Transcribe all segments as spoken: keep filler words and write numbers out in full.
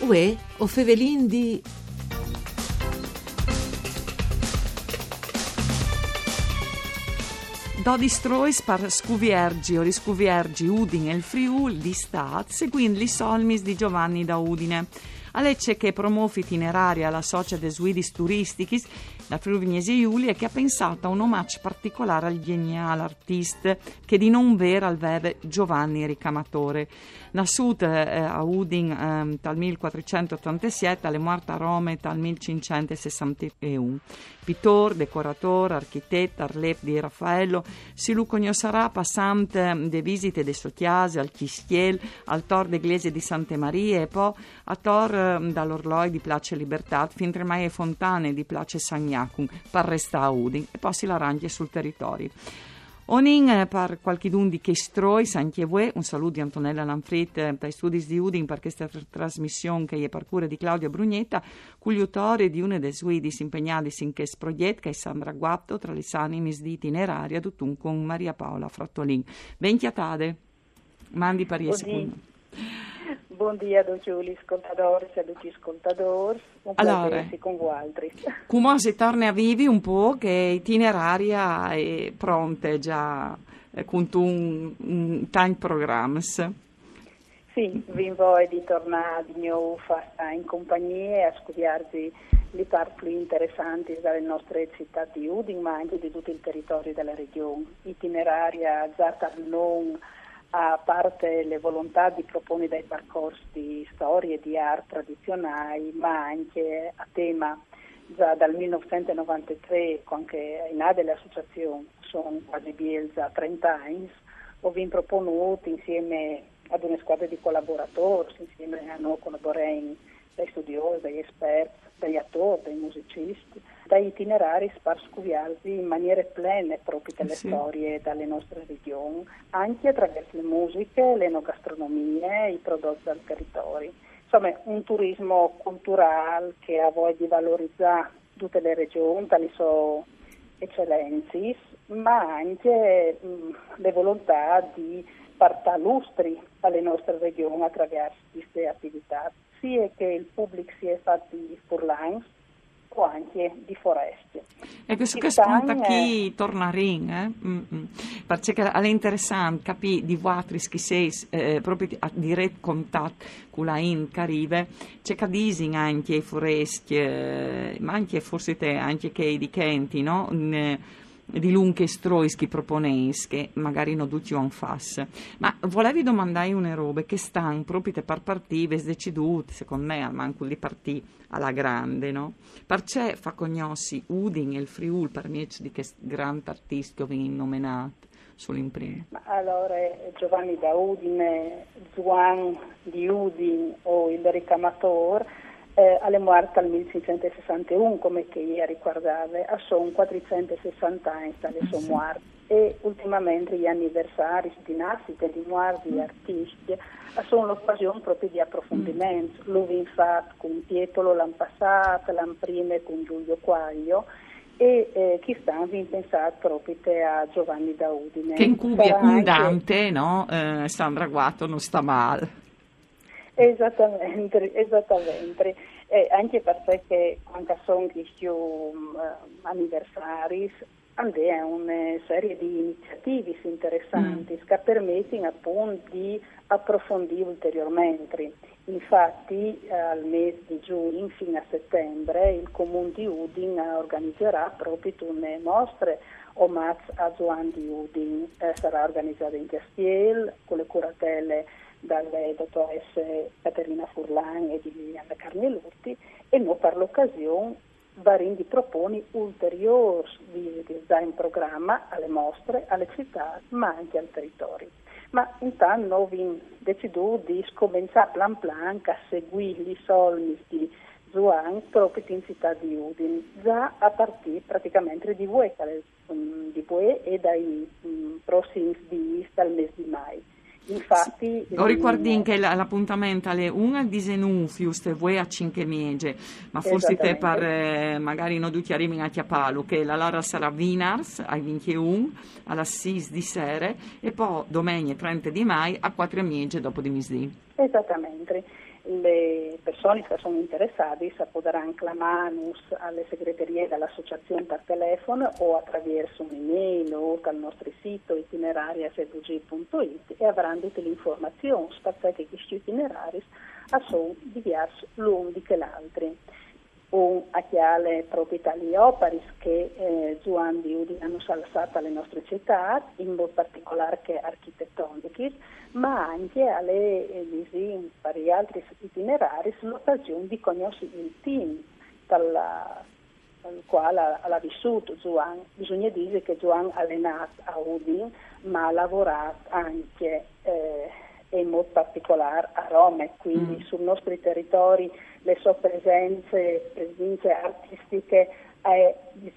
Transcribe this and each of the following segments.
Uè, o Fevelin di... Dodi strois par scuviergi o riscuviergi Udine e il Friul di Stat, seguendo li solmis di Giovanni da Udine. A Lecce che promuove itinerari alla Socia de Suidis Turistichis, la Friuli-Venezia Giulia, che ha pensato a un omaggio particolare al geniale artista che di non vera al veve Giovanni Ricamatore. Nasciuto eh, a Udine eh, dal millequattrocentottantasette, è morto a Roma dal millecinquecentosessantuno. Pittore, decoratore, architetto, arlep di Raffaello, si lu conoscerà passante de visite de Sotiase al Chistiel, al tor d'Eglise di Sante Marie e poi a tor eh, dall'Orloi di Place Libertà, fin tre mai fontane di Place Sagnacum, per restare a Udine e poi si l'arrangia sul territorio. Onin per qualchidun di che stroi, anche voi, un saluto di Antonella Lanfrit dai studi di Udin per questa tr- trasmissione che è per cura di Claudia Brugnetta, cugliutore di una dei suidis impegnati in questo progetto che è Sandra Guatto tra le animis di itineraria tuttun con Maria Paola Frattolin. Ben chiatade, mandi pari secondo. Buongiorno a tutti gli ascoltatori e a tutti gli ascoltatori, un allora, piacere con voi altri. Come si torna a vivi un po' che itineraria è pronta già eh, con un, un time programs? Sì, vi voglio di tornare di nuovo in compagnia e a studiarvi le parti più interessanti dalle nostre città di Udine, ma anche di tutto il territorio della regione. Itineraria già non a parte le volontà di proporre dei percorsi di storie e di arte tradizionali, ma anche a tema già dal millenovecentonovantatré, con che in delle associazioni sono quasi già trenta anni, ho vi proponuto insieme ad una squadra di collaboratori, insieme a noi collaboratori dai studiosi, dagli esperti, dagli attori, dai musicisti, dai itinerari per scuviarsi in maniere plene proprio delle sì. storie dalle nostre regioni, anche attraverso le musiche, le enogastronomie, i prodotti dal territorio. Insomma, un turismo culturale che ha voglia di valorizzare tutte le regioni, tali sono eccellenze, ma anche mh, le volontà di portare lustri alle nostre regioni attraverso queste attività, sia che il pubblico sia fatto di furlans o anche di foreste. E questo che spunta chi torna in, eh? Mm-hmm. Perché è interessante capire di voi che sei eh, proprio a diretto contatto con la in Caribe, c'è che dicono anche i foresti, eh, ma anche forse te, anche che di Kenti, no? Ne, di lunghe stroi che proponeis che magari non tutti un fas, ma volevi domandare una roba che stanno proprio per partire decidute secondo me al manco di partire alla grande, no? Perché fa conosci Udine e il Friul per me di che grandi artisti che vengono nominati sull'imprimo. Ma allora Giovanni da Udine, Zuan di Udine o il Ricamatore Eh, alle morte al millecinquecentosessantuno, come che ieri ricordava, a sono quattrocentosessanta anni dalle sue morte e ultimamente gli anniversari di nascita di nuovi artisti sono l'occasione proprio di approfondimento. L'ho fatto con Pietro l'anno passato, l'anno prima con Giulio Quaglio e eh, chi sta in pensato proprio a Giovanni da Udine. Che in cui è un Dante, no? Eh, Sandra Guatto non sta male. Esattamente, esattamente. Eh, anche perché quando sono questi um, anniversari è una serie di iniziative interessanti mm. che permettono appunto di approfondire ulteriormente. Infatti al mese di giugno fino a settembre il Comune di Udine organizzerà proprio una mostra omaggio a Giovanni di Udine. Eh, sarà organizzata in Castiel con le curatelle dalle dottoresse Caterina Furlan e di Liliana Carnelutti e noi per l'occasione Varindi propone ulteriori visite già in programma alle mostre, alle città ma anche al territorio. Ma intanto noi abbiamo deciso di scominciare plan plan a seguire i soldi di Zuan proprio in città di Udine, già a partire praticamente di voi, di voi e dai um, prossimi di dal mese di maggio. Infatti, ho ricordi che l'appuntamento alle una di Zenufius e voi a cinque mesi, ma forse te per eh, magari non tutti arrivi a Chiapalu, che la Lara sarà Vinars ai ventuno alla sei di sera e poi domenica trenta di maggio a quattro mesi dopo di misdì. Esattamente. Le persone che sono interessate potranno chiamarci alle segreterie dell'associazione per telefono o attraverso un'email o dal nostro sito itineraria s v g punto i t e avranno tutte le informazioni perché questi itinerari sono diversi l'uno di che l'altro. Un acchiale proprietà di opere che eh, Giovanni di Udine hanno salvato alle nostre città, in modo particolare che architettoniche, ma anche alle eh, per gli altri itinerari l'occasione di conoscere il team dal quale ha, ha vissuto Giovanni. Bisogna dire che Giovanni ha allenato a Udine, ma ha lavorato anche eh, in modo particolare a Roma, quindi mm. sui nostri territori le sue presenze, presenze artistiche è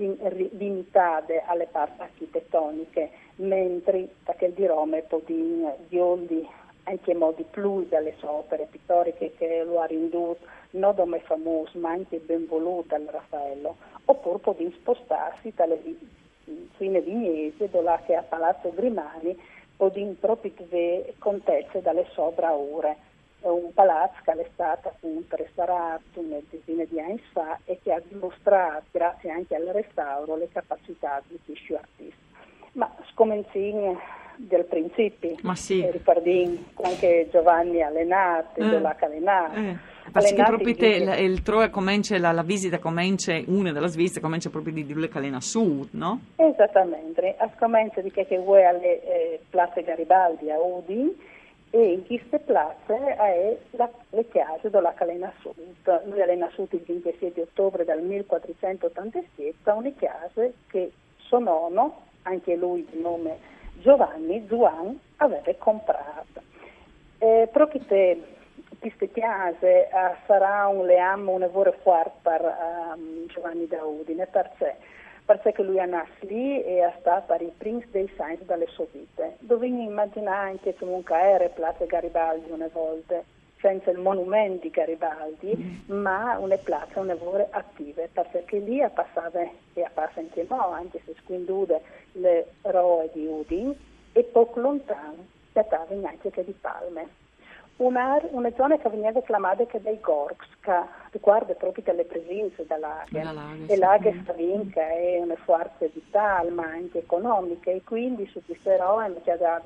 limitate alle parti architettoniche, mentre perché di Roma poi di Oldi anche modi più dalle sue opere pittoriche che lo ha renduto non come famoso ma anche ben voluto dal Raffaello, oppure può spostarsi dalle fine vignese dove che a Palazzo Grimani può proprio contezze dalle sue bravure. È un palazzo che è stato appunto restaurato una decina di anni fa e che ha dimostrato, grazie anche al restauro, le capacità di questi artisti. Ma scominciamo del principio, ma sì. Ricordiamo anche Giovanni Allenato, eh, della Calenà. Eh. Perché proprio te, il, il troe comincia, la, la visita comincia, una della Svizzera comincia proprio di dire Calena Sud, no? Esattamente, a scomincia di che, che vuoi alle eh, Piazza Garibaldi a Udine, e in queste piazze è la, le chiese della Calena Sud. Lui è nato il ventisette ottobre del millequattrocentottantasette, una chiesa che suo nonno, anche lui di nome Giovanni, Juan, aveva comprato. Eh, proprio te, queste chiese uh, sarà un leamo, un lavoro forte per um, Giovanni da Udine, perché perché lui è nato lì e è stato i primi dei Saints dalle sue vite. Dovevamo immaginare anche comunque era Piazza Garibaldi una volta, senza il monumento di Garibaldi, mm. ma una piazza, una lavoro attive, perché lì passava e passa anche no, anche se squindude le roe di Udine e poco lontano piattavano anche che di Palme. Una, una zona che veniva chiamata che dei Gorks, che riguarda proprio delle presenze della e l'Aghe Stavinca è una forza vitale ma anche economica e quindi su queste roe ci davano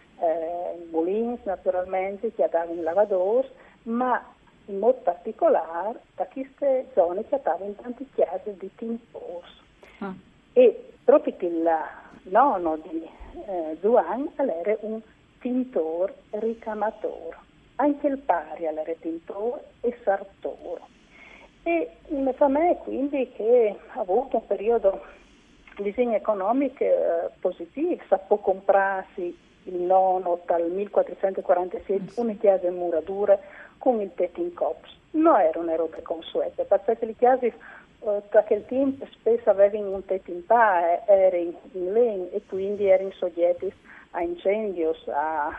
eh, mulini naturalmente, ci davano lavadori, ma in modo particolare da queste zone ci davano tanti chiese di timpos. Ah. E proprio il nonno di eh, Juan era un tintore ricamatore. Anche il pari era tintore e sartore. E mi fa me quindi che ha avuto un periodo di disegno economico eh, positivo, sapò comprarsi il nonno dal millequattrocentoquarantasette una chiesa in muratura con il tetto in cops. Non era una roba consueta, perché le chiese eh, da quel tempo spesso avevano un tetto in pa, erano in legno e quindi erano soggetti a incendi, a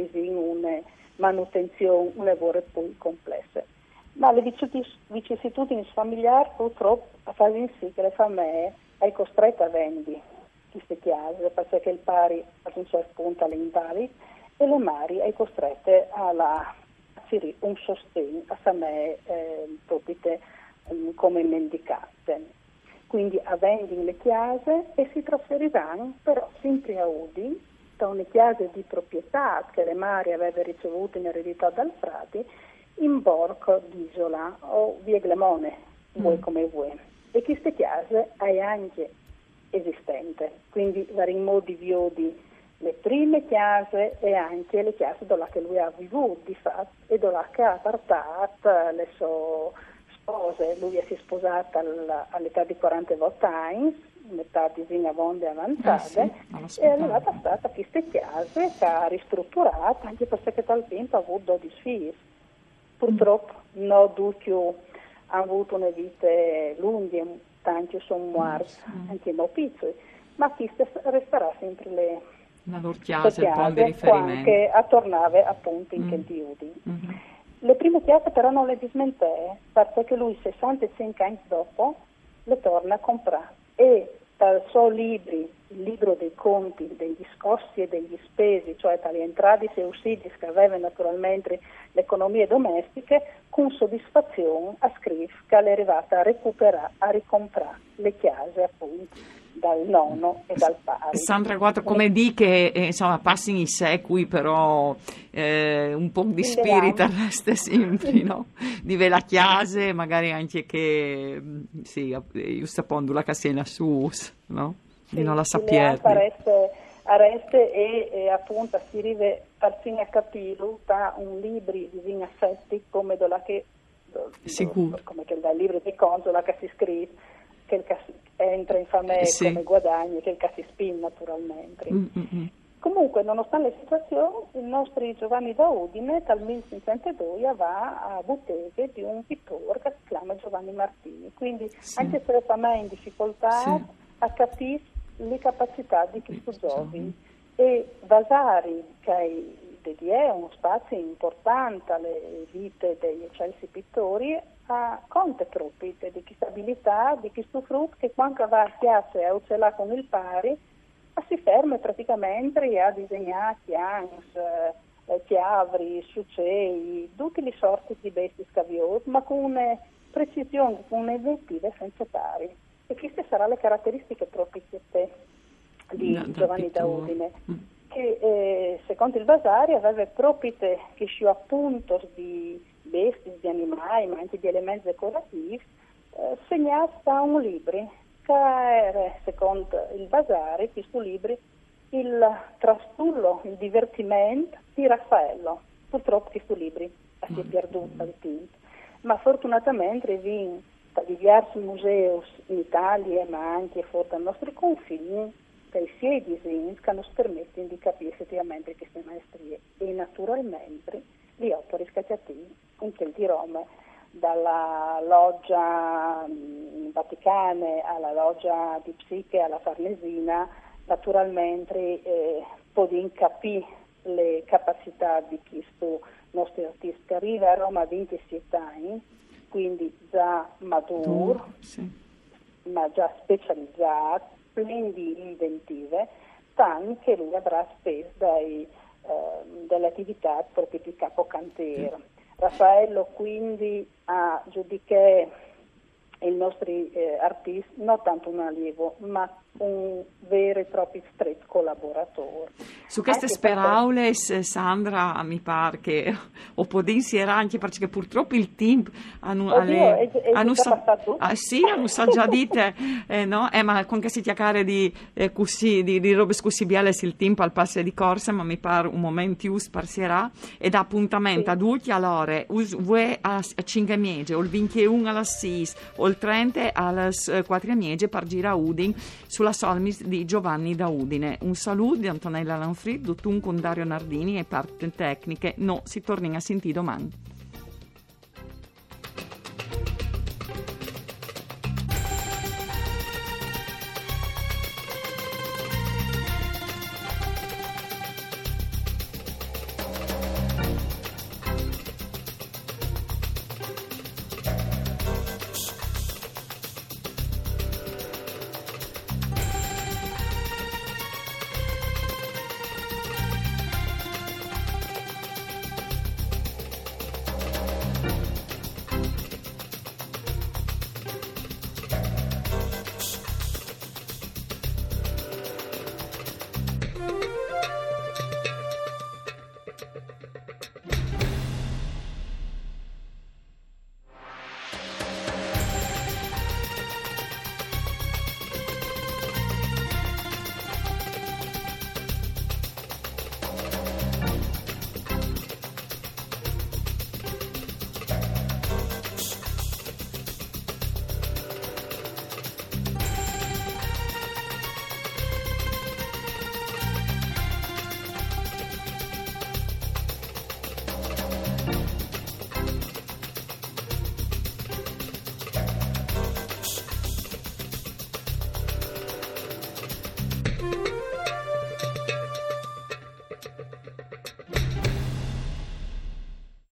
una manutenzione, un lavoro più complesso. Ma le vicissitudini familiari purtroppo fanno sì che le famiglie è costretta a vendere queste chiese perché il pari a un certo punto alle invalide e le mari è costrette a un sostegno a famiglie eh, proprio te, um, come mendicate. Quindi a vendere le chiese e si trasferiranno però sempre a Udine da una chiesa di proprietà che le mari aveva ricevuto in eredità dal frati in Borgo d'Isola o via Glemone, vuoi mm. come vuoi. E queste chiese è anche esistente, quindi vari modi viodi le prime chiese e anche le chiese dove lui ha vissuto di fatto e dove ha portato le sue spose. Lui si è sposato all'età di quarantotto anni, metà di vigna-vonde avanzate, eh sì, e è arrivata stata a queste chiese che ha ristrutturato anche perché tal tempo ha avuto dodici figli. Purtroppo mm. non tutti hanno avuto una vita lunga, tanti sono morti, mm. anche non piccoli, ma queste resterà sempre le la loro chiesa, il punto di riferimento. Che tornava appunto in mm. Udine. Mm-hmm. Le prime chiese però non le dismentè, perché lui sessantacinque anni dopo le torna a comprare e dal suo libri il libro dei conti, degli scossi e degli spesi, cioè tali entrate e uscite che avevano naturalmente le economie domestiche, con soddisfazione a scrivere che è arrivata a recuperare, a ricomprare le chiese appunto dal nonno e dal padre. Sandra Quattro, come di che eh, insomma passano i secoli, però eh, un po' di spirito resta sempre, no? Di ve la chiesa, magari anche che sì, giusto appunto la cassina su, no? Di sì, non la sapere. Arreste, arreste e, e appunto si arriva al fine a capire da un libro di vignassetti come da che sicuro come che dal libro di consola che si scrive che il cas- entra in famiglia sì. come guadagni che il che si spin naturalmente. Mm-hmm. Comunque, nonostante le situazioni, il nostro Giovanni da Udine dal millecinquecentodue va a botteghe di un pittore che si chiama Giovanni Martini, quindi sì. anche se la famiglia è in difficoltà sì. a capire le capacità di questo giovane e Vasari che è uno spazio importante alle vite degli eccelsi pittori a conte proprio di questa abilità, di questo frutto che quando va a piazza a uccellare con il pari si ferma praticamente a disegnare chians, eh, chiavri, succei, tutte le sorti di bestie scaviose, ma con una precisione, con un'inventiva senza pari. E queste saranno le caratteristiche proprie di no, Giovanni da Udine, mm. che eh, secondo il Vasari aveva proprio che si appunto di bestie, di animali, ma anche di elementi decorativi, eh, segnata un libro che era, secondo il Vasari, questo libro, il trastullo, il divertimento di Raffaello. Purtroppo questo libro si è perduto al tempo, ma fortunatamente vi da diversi musei in Italia, ma anche fuori dai nostri confini, per sia i disegni che ci permettono di capire effettivamente queste maestrie e naturalmente le opere scacciative in quel di Roma, dalla loggia vaticana alla loggia di Psiche alla Farnesina, naturalmente eh, poter capire le capacità di questo nostro artista che arriva a Roma a ventisette anni, quindi già maturo, sì. ma già specializzato, pieno di inventive, tanto che lui avrà speso dai, eh, delle attività proprio di capocantiere. Sì. Raffaello quindi ha giudicato il nostro eh, artista non tanto un allievo, ma un vero e proprio stretto collaboratore. Su queste speraule, perché... Sandra, mi pare che o può dire anche perché purtroppo il team hanno, Oddio, alle, è, è hanno sa, ah, sì, hanno già dite, eh, no? Eh, ma con che si chiacchiere di, eh, così, di, di robe scussibili il team al passo di corsa, ma mi pare un momento più sparserà ed appuntamento sì. adulti all'ore,ue a cinque miege, o il ventuno alla sei, o il trenta alle quattro miege per girare Udine sulla Solmis di Giovanni da Udine. Un saluto di Antonella Lanfrid, Dutun con Dario Nardini e parte tecniche. No, si torna a sentire domani.